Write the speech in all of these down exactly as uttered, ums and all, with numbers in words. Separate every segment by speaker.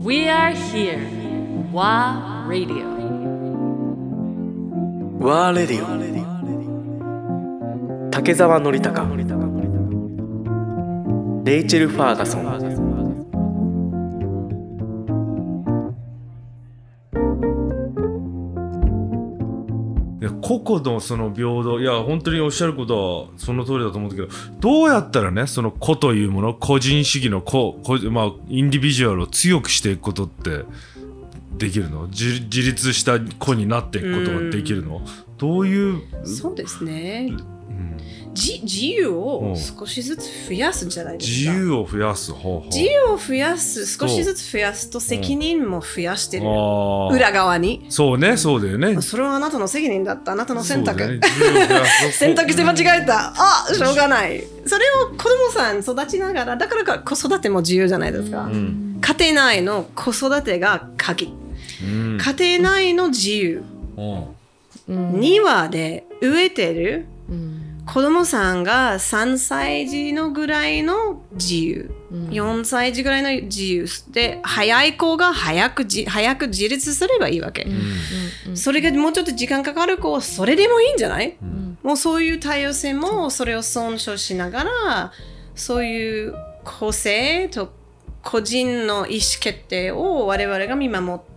Speaker 1: We are here. WA Radio.
Speaker 2: WA Radio。竹澤典孝、レイチェル・ファーガソン。
Speaker 3: 個々のその平等、いや本当におっしゃることはその通りだと思うんだけど、どうやったらね、その個というもの、個人主義の個、まあインディビジュアルを強くしていくことってできるの？ 自, 自立した個になっていくことができるの？どういう？
Speaker 4: そうですね、
Speaker 3: うん、
Speaker 4: 自, 自由を少しずつ増やすんじゃないですか。
Speaker 3: 自由を増やす、ほうほう、
Speaker 4: 自由を増やす、少しずつ増やすと責任も増やしてる、うん、裏側に。
Speaker 3: そうね、そうだよね。
Speaker 4: それはあなたの責任だった、あなたの選択、
Speaker 3: ね、
Speaker 4: 選択して間違えた、あ、しょうがない。それを子供さん育ちながら、だからか子育ても自由じゃないですか、うん、家庭内の子育てが鍵、うん、家庭内の自由、うん、庭で植えてる、うん、子供さんがさんさい児のぐらいの自由、うん、よんさい児ぐらいの自由で、早い子が早くじ早く自立すればいいわけ、うん、それがもうちょっと時間かかる子はそれでもいいんじゃない、うん、もうそういう多様性もそれを尊重しながら、そういう個性と個人の意思決定を我々が見守って、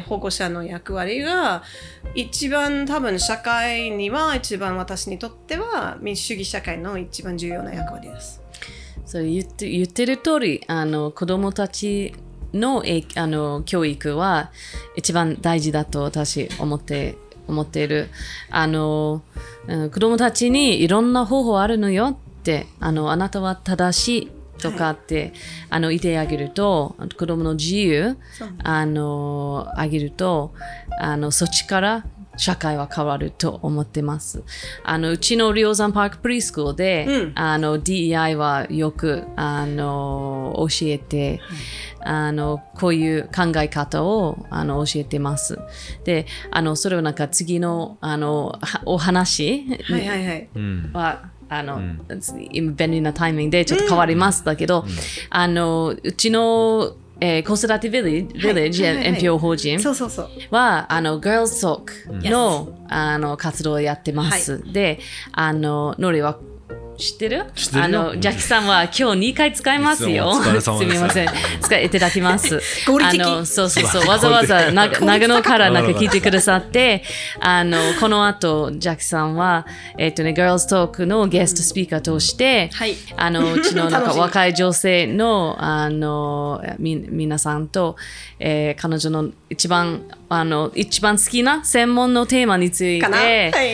Speaker 4: 保護者の役割が一番多分社会には一番、私にとっては民主主義社会の一番重要な役割です。
Speaker 1: そう言って、言ってる通り、あの子どもたち の, あの教育は一番大事だと私思って思っている。あの子どもたちにいろんな方法あるのよって、あのあなたは正しいとかって、はい、あの言ってあげると、子供の自由あのあげると、あのそっちから社会は変わると思ってます。あのうちのリオザンパークプリスクールで、うん、あの ディーイーアイ はよくあの教えて、あのこういう考え方をあの教えてます。で、あのそれをなんか次のあのお話は、はいはいはい、あの、うん、今便利なタイミングでちょっと変わりますだけど、うん、あのうちの、えー、子育てビレッジ エヌピーオー 法人はあの Girls Talk の、うん、あの活動をやってます、はい、で、あのノリは知ってる？知ってるよ。あのジャッキさんは今日にかい使いますよ。すみません、使っていただきます。
Speaker 4: 合理的。
Speaker 1: あのそうそうそう、わざわざ長野からなんか聞いてくださって、あのこの後ジャッキさんはえっとね Girls Talk のゲストスピーカーとして、うん、はい、あのうちのなんか若い女性のあのみ皆さんと、えー、彼女の一番あの一番好きな専門のテーマについて、はい、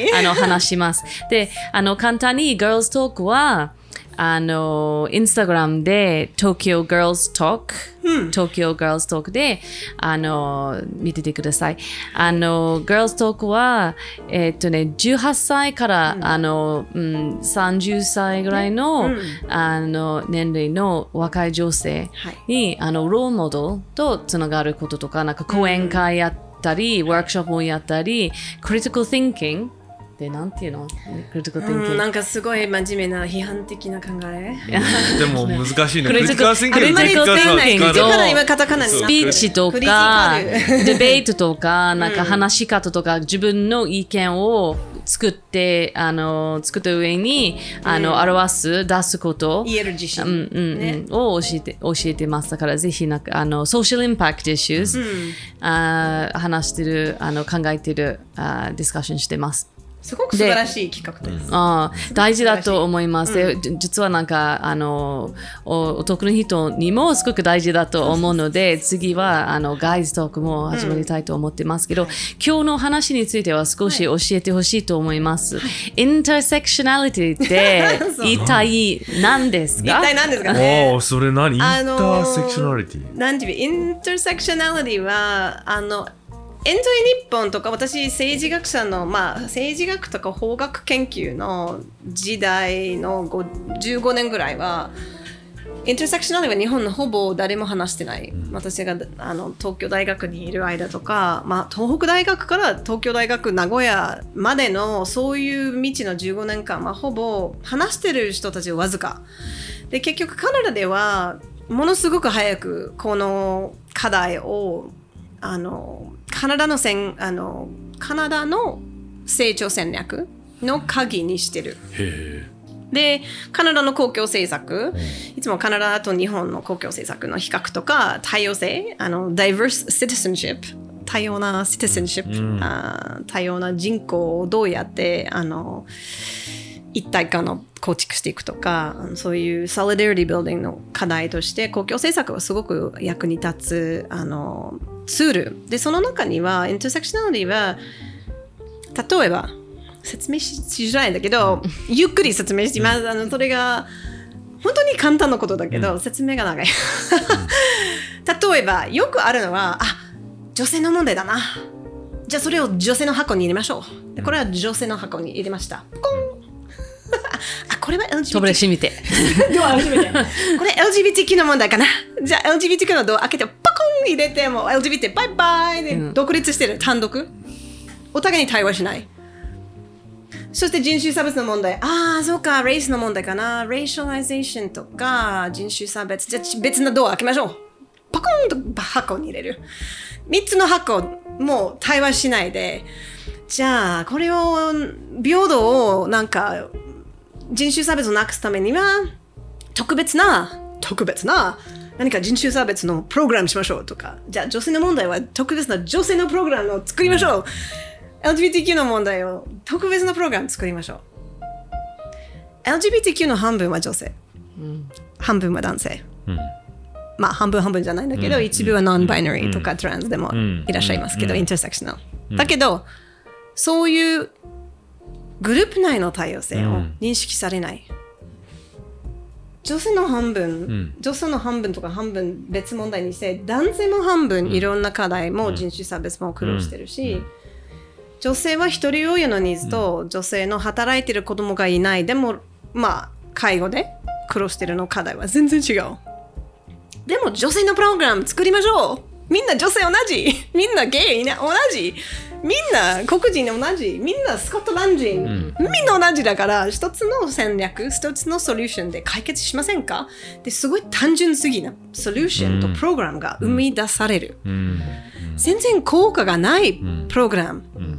Speaker 1: あの話します。で、あの簡単に Girls Talkはあのインスタグラムで Tokyo Girls Talk、うん、Tokyo Girls Talk であの見ててください。あの Girls Talk はえっとねじゅうはっさいから、うん、あの、うん、さんじゅっさいぐらいの、うん、あの年齢の若い女性に、はい、あのロールモデルとつながることとか、なんか講演会やったり、うん、ワークショップをやったり、Critical Thinkingで、なんていうの？クリティカル・ティンキング。
Speaker 4: なんかすごい真面目な批判的な考え。
Speaker 3: でも難しいね。
Speaker 1: クリティカル・ティンキング。クリティカル・ティンキングとスピーチとかデベートとか、なんか話し方とか、自分の意見を作ってあの作った上にあの表す出すこと
Speaker 4: 言える自信、
Speaker 1: うんうんうんね、を教えて教えてます。だからぜひなんかあのソーシャルインパクトイシューズ、うん、あ話してるあの考えてるあディスカッションしてます。
Speaker 4: すごく素晴らしい企画です。
Speaker 1: あ大事だと思います。うん、実はなんかあのお得の人にもすごく大事だと思うので、次はあのガイズトークも始まりたいと思ってますけど、うん、今日の話については少し教えてほしいと思います。はい、インターセクショナリティって一体何ですか？
Speaker 4: 一体何ですかね？
Speaker 3: おー、それ何？インターセクショナリティ。
Speaker 4: なんていうインターセクショナリティはあのエンジョイ日本とか、私政治学者の、まあ、政治学とか法学研究の時代のじゅうごねんぐらいはインターセクショナリティは日本のほぼ誰も話してない、うん、私があの東京大学にいる間とか、まあ、東北大学から東京大学名古屋までのそういう道のじゅうごねんかん、まあ、ほぼ話してる人たちはわずかで、結局カナダではものすごく早くこの課題をあのカナダのせんあのカナダの成長戦略の鍵にしてる。
Speaker 3: へ
Speaker 4: でカナダの公共政策、いつもカナダと日本の公共政策の比較とか多様性、あの diverse citizenship、多様な citizenship、うん、あ多様な人口をどうやってあの一体感を構築していくとか、そういう solidarity building の課題として公共政策はすごく役に立つあのツールで、その中にはインターセクショナリティは例えば説明しづらいんだけど、ゆっくり説明します。あのそれが本当に簡単なことだけど、うん、説明が長い例えばよくあるのは、あ、女性の問題だな、じゃあそれを女性の箱に入れましょう。でこれは女性の箱に入れました。コンあ、これは エルジービーティー
Speaker 1: 飛ばしてみて
Speaker 4: これ エルジービーティーキュー の問題かな。じゃあ エルジービーティーキュー のドア開けてパコン入れて、もう エルジービーティー バイバイで独立してる、単独、お互いに対話しない。そして人種差別の問題、ああそうか、レイスの問題かな、レイシャライゼーションとか人種差別、じゃあ別のドア開けましょう。パコンと箱に入れる。みっつの箱もう対話しないで、じゃあこれを平等をなんか人種差別をなくすためには特別な特別な何か人種差別のプログラムしましょうとか、じゃあ女性の問題は特別な女性のプログラムを作りましょう、エルジービーティーキュー の問題を特別なプログラム作りましょう。 エルジービーティーキュー の半分は女性、うん、半分は男性、うん、まあ半分半分じゃないんだけど、うん、一部はノンバイナリーとか、うん、トランスでもいらっしゃいますけど、うん、インターセクショナル、うん、だけどそういうグループ内の多様性を認識されない、うん、女性の半分、うん、女性の半分とか半分別問題にして、男性も半分いろんな課題も人種差別も苦労してるし、うんうん、女性は一人親のニーズと女性の働いてる子供がいない、でもまあ介護で苦労してるの課題は全然違う。でも女性のプログラム作りましょう。みんな女性同じ、みんなゲイ同じ、みんな黒人同じ、みんなスコットランド人、うん、みんな同じだから、一つの戦略、一つのソリューションで解決しませんか。ですごい単純すぎなソリューションとプログラムが生み出される、うんうん、全然効果がないプログラム、うんうん、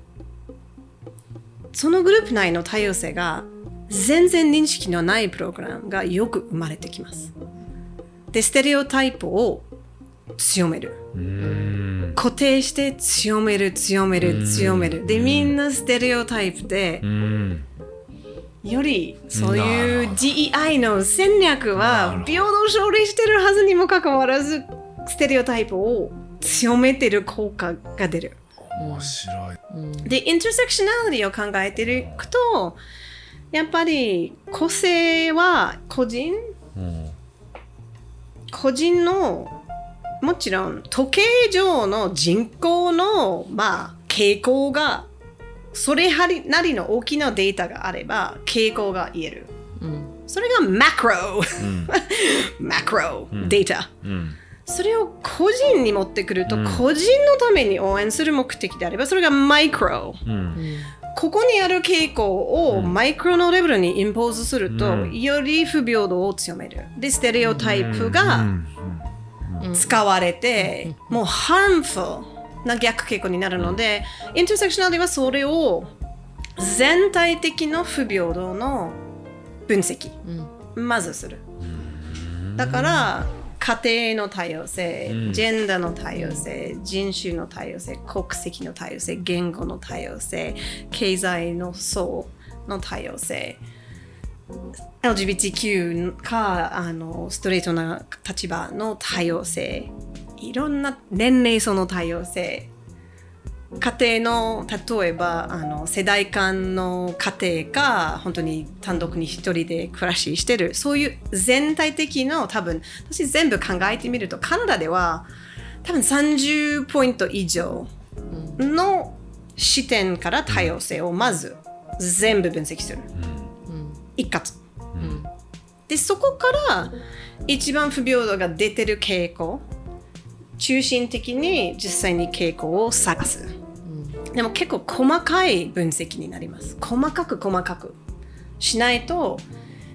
Speaker 4: そのグループ内の多様性が全然認識のないプログラムがよく生まれてきます。でステレオタイプを強める、うーん、固定して強める強める強めるで、みんなステレオタイプで、うーん、よりそういう ディーイーアイ の戦略は平等勝利してるはずにもかかわらず、ステレオタイプを強めてる効果が出る。
Speaker 3: 面白い。
Speaker 4: でインターセクショナリティを考えていくと、やっぱり個性は個人、うん、個人のもちろん時計上の人口の、まあ、傾向がそれなりの大きなデータがあれば傾向が言える、うん、それがマクロ、うん、マクロデータ、うんうん、それを個人に持ってくると、うん、個人のために応援する目的であればそれがマイクロ、うん、ここにある傾向をマイクロのレベルにインポーズすると、うん、より不平等を強める。でステレオタイプが、うん使われて、もうハームフルな逆傾向になるので、インターセクショナリティはそれを全体的な不平等の分析、うん、まずする。だから家庭の多様性、うん、ジェンダーの多様性、人種の多様性、国籍の多様性、言語の多様性、経済の層の多様性、エルジービーティーキュー かあのストレートな立場の多様性、いろんな年齢層の多様性、家庭の例えばあの世代間の家庭か本当に単独に一人で暮らししてる、そういう全体的な、多分私全部考えてみるとカナダでは多分さんじゅうポイント以上の視点から多様性をまず全部分析する、一括、うん、でそこから一番不平等が出てる傾向、中心的に実際に傾向を探す、うん、でも結構細かい分析になります。細かく細かくしないと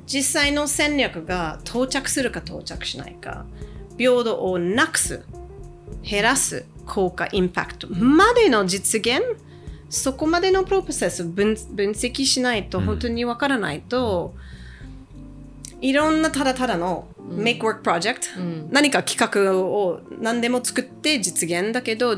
Speaker 4: 実際の戦略が到着するか到着しないか、平等をなくす、減らす効果、インパクトまでの実現、そこまでのプロセスを 分, 分析しないと本当にわからないと、うん、いろんなただただの make work project、うん、何か企画を何でも作って実現だけど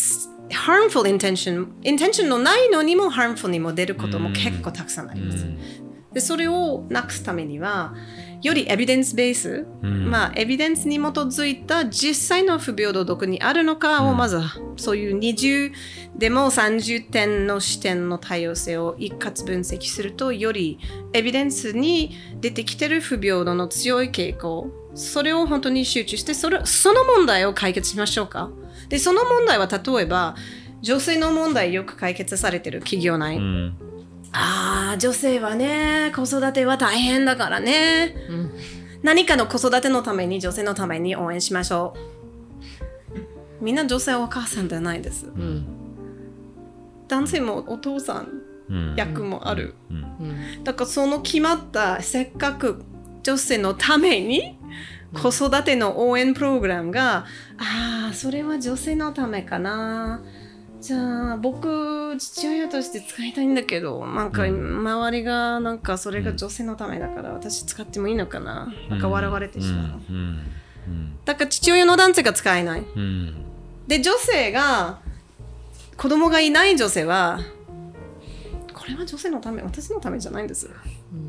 Speaker 4: harmful intention intention のないのにも harmful にも出ることも結構たくさんあります、うん、でそれをなくすためにはよりエビデンスベース、うん、まあエビデンスに基づいた実際の不平等どこにあるのかをまず、うん、そういうにじゅうでもさんじゅってんの視点の多様性を一括分析するとよりエビデンスに出てきてる不平等の強い傾向、それを本当に集中してそれその問題を解決しましょうか。でその問題は例えば女性の問題よく解決されてる企業内、うん、ああ女性はね子育ては大変だからね、うん、何かの子育てのために女性のために応援しましょう。みんな女性はお母さんじゃないです、うん、男性もお父さん役もある、うんうん、だからその決まったせっかく女性のために子育ての応援プログラムが、ああそれは女性のためかな、じゃあ僕父親として使いたいんだけどなんか周りがなんかそれが女性のためだから私使ってもいいのかな、なんか笑われてしまう、うんうんうん、だから父親の男性が使えない、うん、で女性が子供がいない女性はこれは女性のため私のためじゃないんです、うん、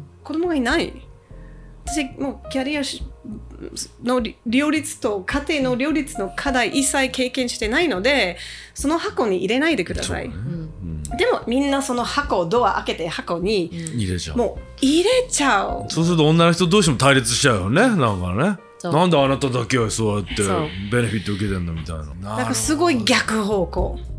Speaker 4: 子供がいない私もうキャリアの両立と家庭の両立の課題一切経験してないのでその箱に入れないでください、ねうん、でもみんなその箱ドア開けて箱に
Speaker 3: 入れちゃう、
Speaker 4: もう入れちゃう。
Speaker 3: そうすると女の人同士も対立しちゃうよね。なんかねなんであなただけはそうやってベネフィット受けてんのみたいな、
Speaker 4: なんかすごい逆方向